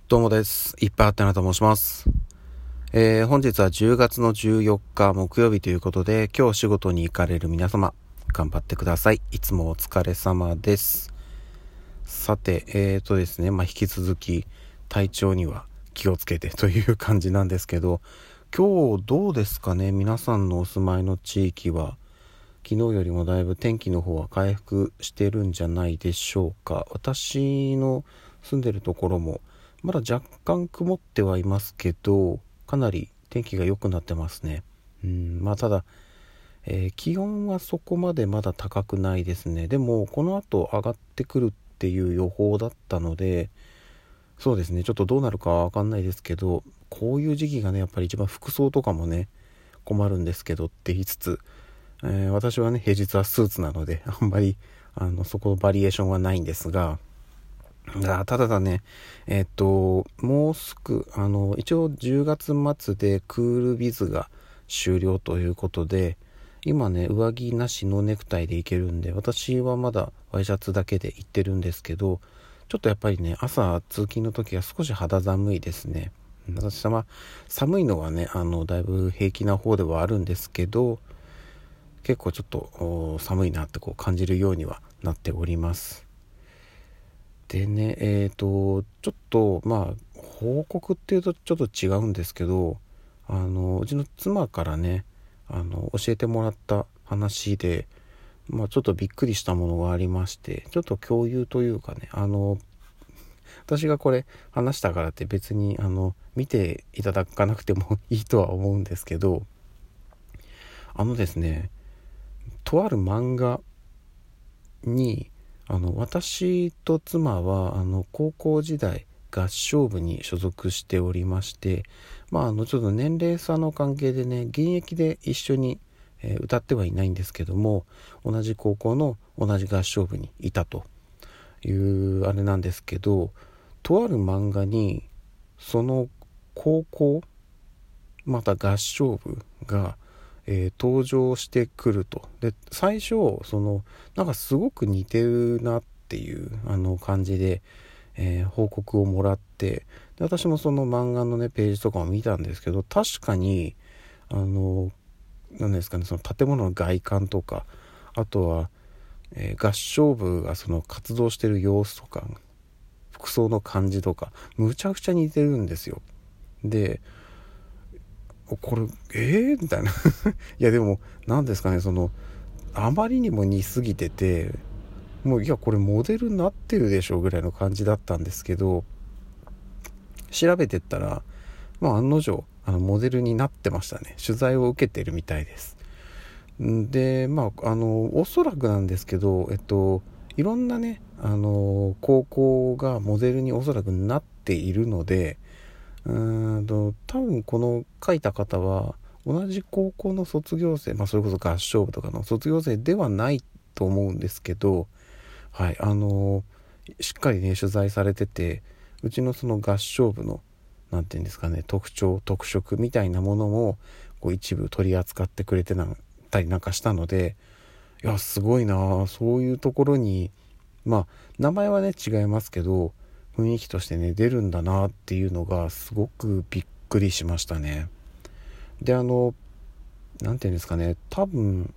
どうもです。いっぱいあってなと申します。本日は10月の14日木曜日ということで、今日仕事に行かれる皆様、頑張ってください。いつもお疲れ様です。さて、ですね、引き続き体調には気をつけてという感じなんですけど、今日どうですかね、皆さんのお住まいの地域は、昨日よりもだいぶ天気の方は回復してるんじゃないでしょうか。私の住んでるところもまだ若干曇ってはいますけど、かなり天気が良くなってますね。ただ、気温はそこまでまだ高くないですね。でもこの後上がってくるっていう予報だったので、そうですね、ちょっとどうなるかは分かんないですけど、こういう時期がね、やっぱり一番服装とかもね困るんですけどって言いつつ、私はね平日はスーツなのであんまりそこのバリエーションはないんですが、ただね、もうすぐ一応10月末でクールビズが終了ということで、今ね上着なしのネクタイで行けるんで、私はまだワイシャツだけで行ってるんですけど、ちょっとやっぱりね朝通勤の時は少し肌寒いですね。私は寒いのはねだいぶ平気な方ではあるんですけど、結構ちょっと寒いなって感じるようにはなっております。でね、ちょっと報告っていうとちょっと違うんですけど、うちの妻からね教えてもらった話で、ちょっとびっくりしたものがありまして、ちょっと共有というかね、私がこれ話したからって別に見ていただかなくてもいいとは思うんですけど、ですね、とある漫画に私と妻は高校時代合唱部に所属しておりまして、ちょっと年齢差の関係でね現役で一緒に、歌ってはいないんですけども、同じ高校の同じ合唱部にいたというあれなんですけど、とある漫画にその高校また合唱部が登場してくると。で最初なんかすごく似てるなっていう感じで、報告をもらって、で私もその漫画のねページとかを見たんですけど、確かに何ですかね、その建物の外観とか、あとは、合唱部がその活動してる様子とか服装の感じとかむちゃくちゃ似てるんですよ。でこれみたいないやでも何ですかね、あまりにも似すぎてて、もういやこれモデルになってるでしょぐらいの感じだったんですけど、調べてったら案の定モデルになってましたね。取材を受けてるみたいです。でおそらくなんですけど、いろんなね高校がモデルにおそらくなっているので、多分この書いた方は同じ高校の卒業生、それこそ合唱部とかの卒業生ではないと思うんですけど、はい、しっかりね取材されてて、うちのその合唱部のなんていうんですかね、特徴特色みたいなものも一部取り扱ってくれてたりなんかしたので、いやすごいな、そういうところに名前はね違いますけど雰囲気としてね出るんだなっていうのがすごくびっくりしましたね。でなんていうんですかね、多分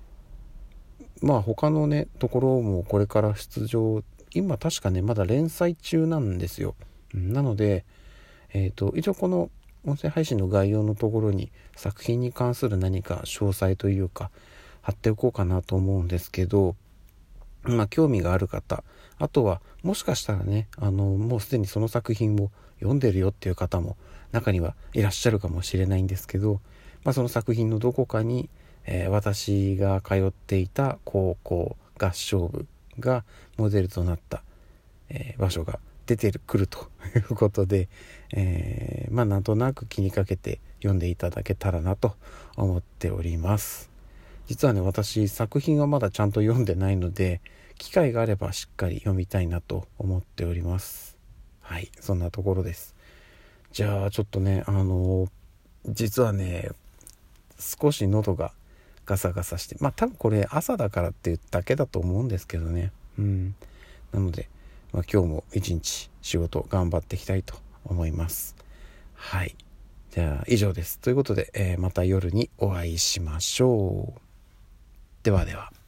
他のねところもこれから出場、今確かねまだ連載中なんですよ。なので一応この音声配信の概要のところに作品に関する何か詳細というか貼っておこうかなと思うんですけど、興味がある方、あとはもしかしたらねもうすでにその作品を読んでるよっていう方も中にはいらっしゃるかもしれないんですけど、その作品のどこかに、私が通っていた高校合唱部がモデルとなった、場所が出てくるということで、なんとなく気にかけて読んでいただけたらなと思っております。実はね私作品はまだちゃんと読んでないので、機会があればしっかり読みたいなと思っております。はい、そんなところです。じゃあちょっとね実はね少し喉がガサガサして、多分これ朝だからっていうだけだと思うんですけどね。なので、今日も一日仕事頑張っていきたいと思います。はい。じゃあ以上です。ということで、また夜にお会いしましょう。ではでは。